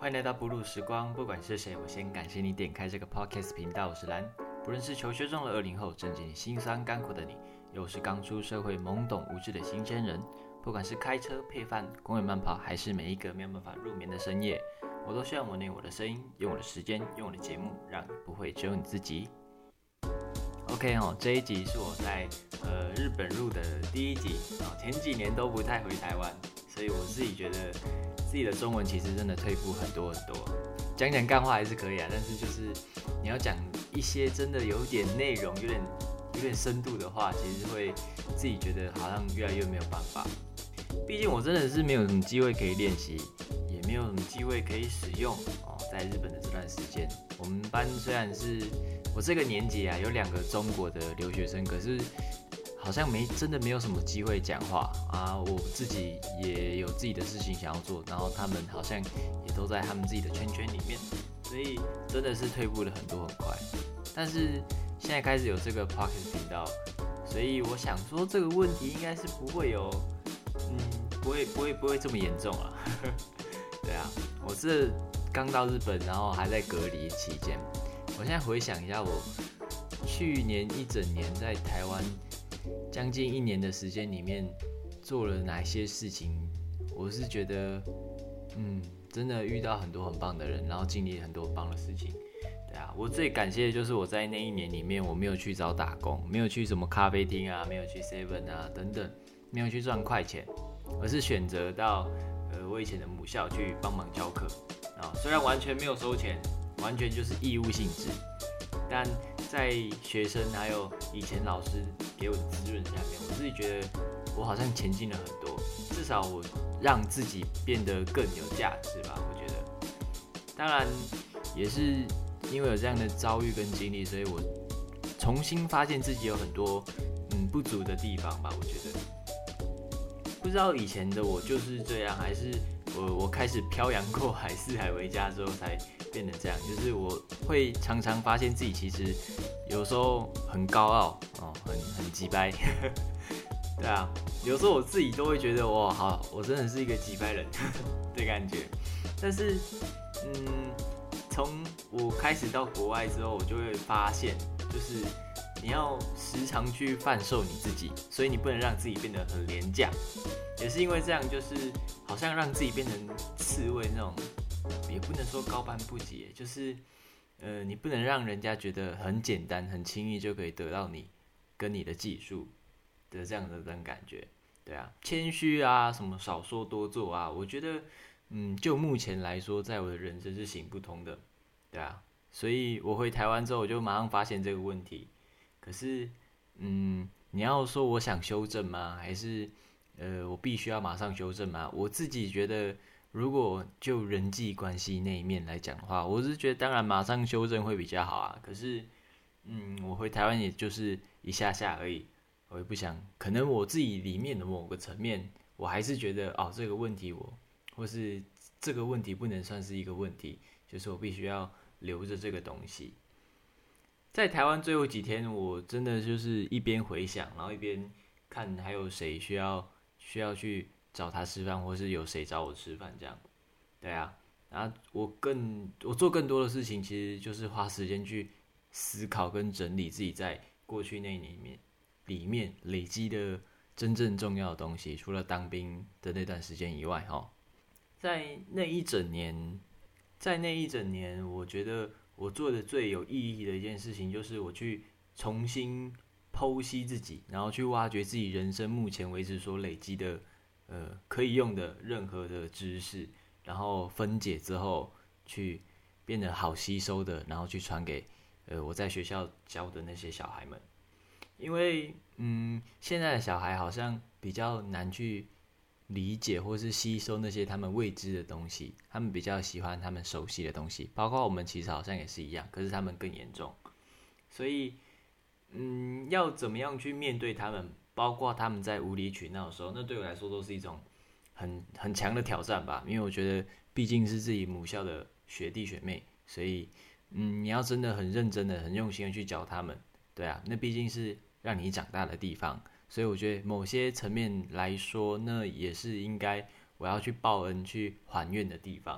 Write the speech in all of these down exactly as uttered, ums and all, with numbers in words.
欢迎来到哺乳时光，不管是谁，我先感谢你点开这个 podcast 频道。我是蓝，不论是求学中的二零后，正经辛酸甘苦的你，又是刚出社会懵懂无知的新鲜人，不管是开车、配饭、公园慢跑，还是每一个没有办法入眠的深夜，我都希望我用我的声音，用我的时间，用我的节目，让你不会只有你自己。OK 哦，这一集是我在呃日本入的第一集哦，前几年都不太回台湾，所以我自己觉得自己的中文其实真的退步很多很多。讲讲干话还是可以啊，但是就是你要讲一些真的有点内容、有点有点深度的话，其实会自己觉得好像越来越没有办法。毕竟我真的是没有什么机会可以练习，也没有什么机会可以使用哦。在日本的这段时间，我们班虽然是我这个年级啊，有两个中国的留学生，可是好像没真的没有什么机会讲话啊。我自己也有自己的事情想要做，然后他们好像也都在他们自己的圈圈里面，所以真的是退步了很多很快。但是现在开始有这个 podcast 频道，所以我想说这个问题应该是不会有，嗯，不会不会不会这么严重啊。对啊，我是刚到日本，然后还在隔离期间。我现在回想一下，我去年一整年在台湾将近一年的时间里面做了哪些事情，我是觉得，嗯，真的遇到很多很棒的人，然后经历很多很棒的事情。对啊，我最感谢的就是我在那一年里面，我没有去找打工，没有去什么咖啡厅啊，没有去 seven 啊等等，没有去赚快钱，而是选择到呃我以前的母校去帮忙教课啊，虽然完全没有收钱。完全就是义务性质，但在学生还有以前老师给我的滋润下面，我自己觉得我好像前进了很多，至少我让自己变得更有价值吧。我觉得，当然也是因为有这样的遭遇跟经历，所以我重新发现自己有很多嗯不足的地方吧。我觉得，不知道以前的我就是这样，还是我我开始漂洋过海、四海为家之后才变得这样，就是我会常常发现自己其实有时候很高傲哦，很很鸡掰，对啊，有时候我自己都会觉得哇，好，我真的是一个鸡掰人的感觉。但是，嗯，从我开始到国外之后，我就会发现，就是你要时常去贩售你自己，所以你不能让自己变得很廉价。也是因为这样，就是好像让自己变成刺猬那种。也不能说高攀不起，就是，呃，你不能让人家觉得很简单、很轻易就可以得到你跟你的技术的这样的这种感觉，对啊，谦虚啊，什么少说多做啊，我觉得，嗯，就目前来说，在我的人生是行不通的，对啊，所以我回台湾之后，我就马上发现这个问题。可是，嗯，你要说我想修正吗？还是，呃，我必须要马上修正吗？我自己觉得。如果就人际关系那一面来讲的话，我是觉得当然马上修正会比较好啊。可是，嗯，我回台湾也就是一下下而已，我也不想，可能我自己里面的某个层面，我还是觉得哦这个问题我，或是这个问题不能算是一个问题，就是我必须要留着这个东西。在台湾最后几天，我真的就是一边回想，然后一边看还有谁需要需要去。找他吃饭，或是有谁找我吃饭，这样，对啊，然后我更我做更多的事情，其实就是花时间去思考跟整理自己在过去那一年里面里面累积的真正重要的东西，除了当兵的那段时间以外，哈，在那一整年，在那一整年，我觉得我做的最有意义的一件事情，就是我去重新剖析自己，然后去挖掘自己人生目前为止所累积的。呃，可以用的任何的知识，然后分解之后，去变得好吸收的，然后去传给呃我在学校教的那些小孩们。因为嗯，现在的小孩好像比较难去理解或是吸收那些他们未知的东西，他们比较喜欢他们熟悉的东西，包括我们其实好像也是一样，可是他们更严重。所以嗯，要怎么样去面对他们？包括他们在无理取闹的时候，那对我来说都是一种很很强的挑战吧。因为我觉得毕竟是自己母校的学弟学妹，所以嗯，你要真的很认真的、很用心的去教他们，对啊，那毕竟是让你长大的地方。所以我觉得某些层面来说，那也是应该我要去报恩、去还愿的地方。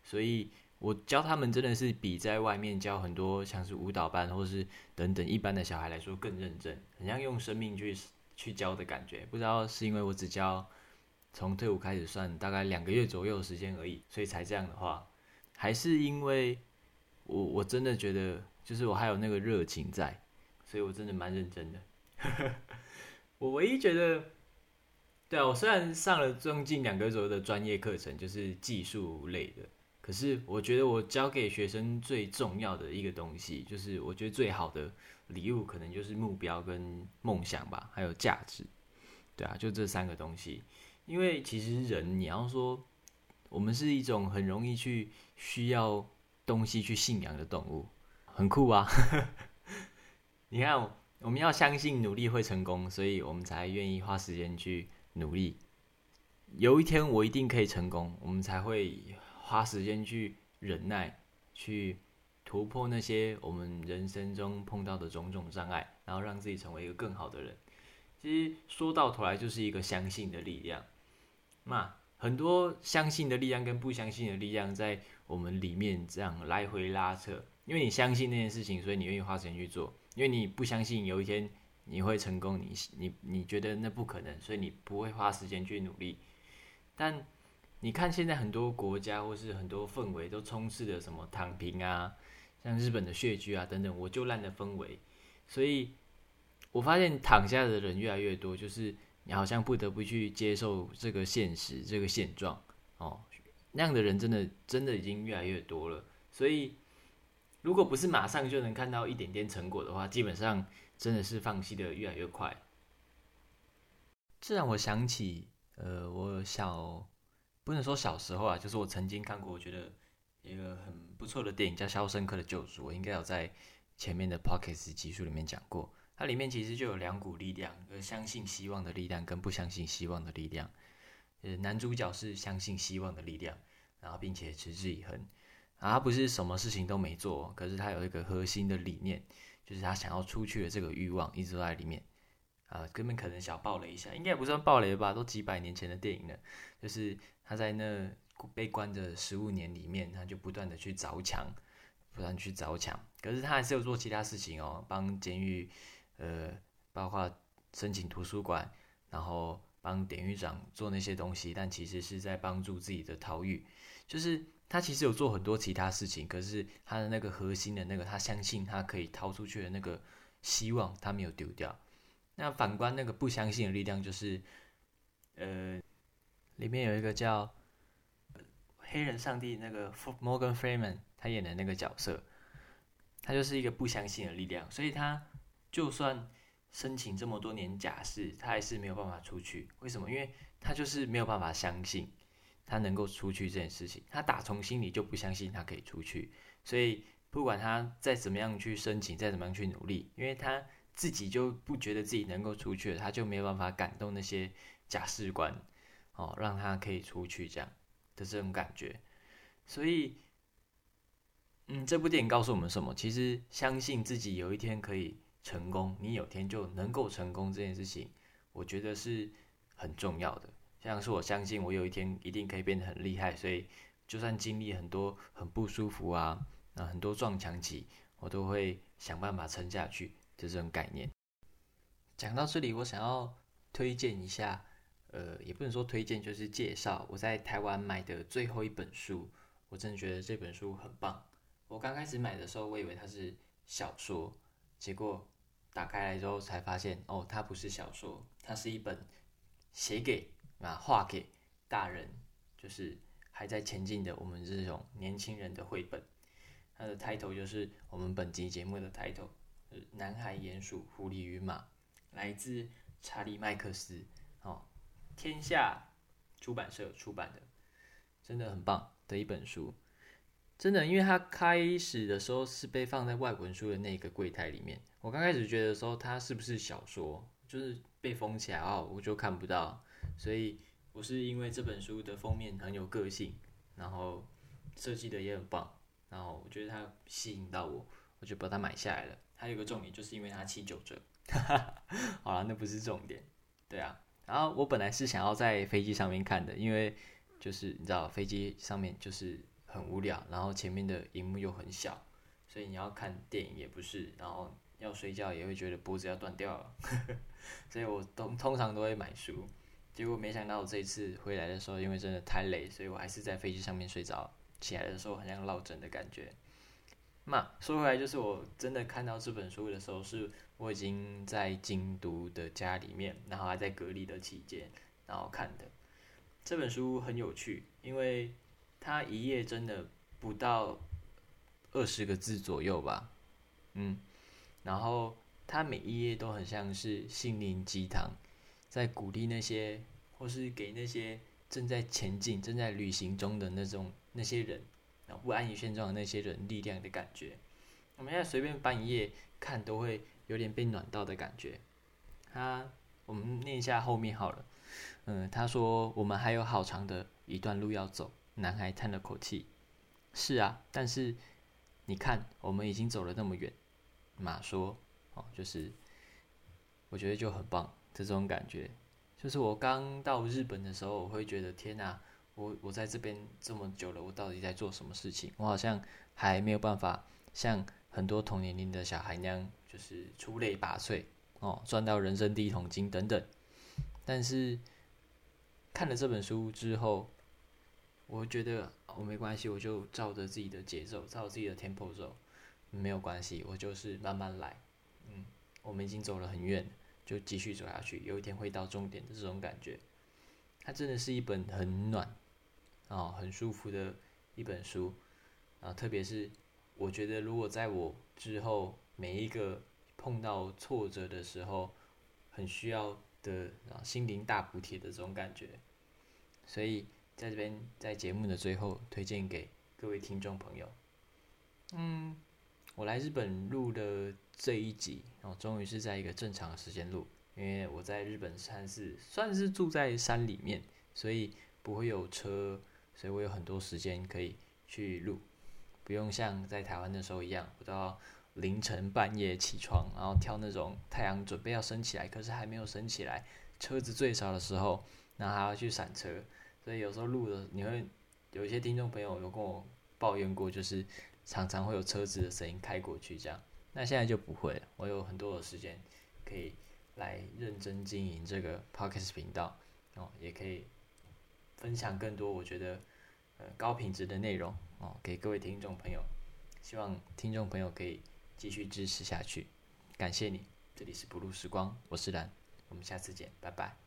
所以我教他们真的是比在外面教很多像是舞蹈班或是等等一般的小孩来说更认真，很像用生命去去教的感觉。不知道是因为我只教从退伍开始算大概两个月左右的时间而已，所以才这样的话，还是因为我我真的觉得就是我还有那个热情在，所以我真的蛮认真的。我唯一觉得，对啊，我虽然上了将近两个月左右的专业课程，就是技术类的，可是我觉得我教给学生最重要的一个东西，就是我觉得最好的礼物，可能就是目标跟梦想吧，还有价值。对啊，就这三个东西。因为其实人，你要说我们是一种很容易去需要东西去信仰的动物，很酷啊！你看，我们要相信努力会成功，所以我们才愿意花时间去努力。有一天我一定可以成功，我们才会花时间去忍耐，去突破那些我们人生中碰到的种种障碍，然后让自己成为一个更好的人。其实说到头来，就是一个相信的力量。那很多相信的力量跟不相信的力量在我们里面这样来回拉扯，因为你相信那件事情，所以你愿意花时间去做；因为你不相信有一天你会成功，你你你觉得那不可能，所以你不会花时间去努力。但你看现在很多国家或是很多氛围都充斥着什么躺平啊，像日本的血居啊等等，我就烂的氛围，所以我发现躺下的人越来越多，就是你好像不得不去接受这个现实、这个现状哦。那样的人真的真的已经越来越多了，所以如果不是马上就能看到一点点成果的话，基本上真的是放弃的越来越快。这让我想起，呃，我小不能说小时候啊，就是我曾经看过，我觉得一个很不错的电影叫《肖申克的救赎》，我应该有在前面的 Podcast 集数里面讲过。它里面其实就有两股力量，呃，相信希望的力量跟不相信希望的力量。呃，男主角是相信希望的力量，然后并且持之以恒。啊，他不是什么事情都没做，可是他有一个核心的理念，就是他想要出去的这个欲望一直都在里面。啊，根本可能小爆雷一下，应该也不算爆雷吧，都几百年前的电影了。就是他在那被关的十五年里面，他就不断的去凿墙，不断去凿墙。可是他还是有做其他事情哦，帮监狱，呃，包括申请图书馆，然后帮典狱长做那些东西，但其实是在帮助自己的逃狱。就是他其实有做很多其他事情，可是他的那个核心的那个，他相信他可以逃出去的那个希望，他没有丢掉。那反观那个不相信的力量，就是呃，里面有一个叫黑人上帝那个 Morgan Freeman 他演的那个角色，他就是一个不相信的力量，所以他就算申请这么多年假释，他还是没有办法出去。为什么？因为他就是没有办法相信他能够出去这件事情，他打从心里就不相信他可以出去，所以不管他再怎么样去申请，再怎么样去努力，因为他自己就不觉得自己能够出去了，他就没有办法感动那些假释官，哦，让他可以出去这样的这种感觉。所以，嗯，这部电影告诉我们什么？其实相信自己有一天可以成功，你有天就能够成功这件事情，我觉得是很重要的。像是我相信我有一天一定可以变得很厉害，所以就算经历很多很不舒服啊，啊很多撞墙期，我都会想办法撑下去。就这种概念。讲到这里，我想要推荐一下，呃，也不能说推荐，就是介绍我在台湾买的最后一本书。我真的觉得这本书很棒。我刚开始买的时候，我以为它是小说，结果打开来之后才发现，哦，它不是小说，它是一本写给啊画给大人，就是还在前进的我们这种年轻人的绘本。它的 title 就是我们本集节目的 title。南海鼹鼠、狐狸与马，来自查理麦克斯，哦，天下出版社出版的，真的很棒的一本书。真的，因为它开始的时候是被放在外文书的那个柜台里面。我刚开始觉得说它是不是小说，就是被封起来哦，我就看不到。所以我是因为这本书的封面很有个性，然后设计的也很棒，然后我觉得它吸引到我，我就把它买下来了。还有一个重点，就是因为它七九折，好啦，那不是重点，对啊。然后我本来是想要在飞机上面看的，因为就是你知道飞机上面就是很无聊，然后前面的荧幕又很小，所以你要看电影也不是，然后要睡觉也会觉得脖子要断掉了，所以我通通常都会买书。结果没想到我这一次回来的时候，因为真的太累，所以我还是在飞机上面睡着，起来的时候很像落枕的感觉。那说回来，就是我真的看到这本书的时候，是我已经在京都的家里面，然后还在隔离的期间，然后看的。这本书很有趣，因为它一页真的不到二十个字左右吧，嗯，然后它每一页都很像是心灵鸡汤，在鼓励那些或是给那些正在前进、正在旅行中的那种那些人，然后不安于现状的那些人力量的感觉。我们现在随便翻一页看，都会有点被暖到的感觉。他，我们念一下后面好了。嗯，他说我们还有好长的一段路要走。男孩叹了口气。是啊，但是你看，我们已经走了那么远。马说，哦，就是我觉得就很棒，这种感觉。就是我刚到日本的时候，我会觉得天哪，我我在这边这么久了，我到底在做什么事情？我好像还没有办法像很多同年龄的小孩那样，就是出类拔萃哦，赚到人生第一桶金等等。但是看了这本书之后，我觉得我、哦、没关系，我就照着自己的节奏，照自己的 tempo 走，没有关系，我就是慢慢来。嗯，我们已经走了很远，就继续走下去，有一天会到终点的这种感觉。它真的是一本很暖哦，很舒服的一本书啊，特别是我觉得，如果在我之后每一个碰到挫折的时候，很需要的啊心灵大补贴的这种感觉，所以在这边在节目的最后推荐给各位听众朋友。嗯，我来日本录的这一集，哦，终于是在一个正常的时间录，因为我在日本山是算是住在山里面，所以不会有车，所以我有很多时间可以去录，不用像在台湾的时候一样，我都要凌晨半夜起床，然后挑那种太阳准备要升起来，可是还没有升起来，车子最少的时候，然后还要去闪车，所以有时候录的你会有一些听众朋友有跟我抱怨过，就是常常会有车子的声音开过去这样。那现在就不会了，我有很多的时间可以来认真经营这个 Podcast 频道，哦，也可以分享更多我觉得呃高品质的内容哦给各位听众朋友。希望听众朋友可以继续支持下去，感谢你。这里是不露时光，我是蓝，我们下次见，拜拜。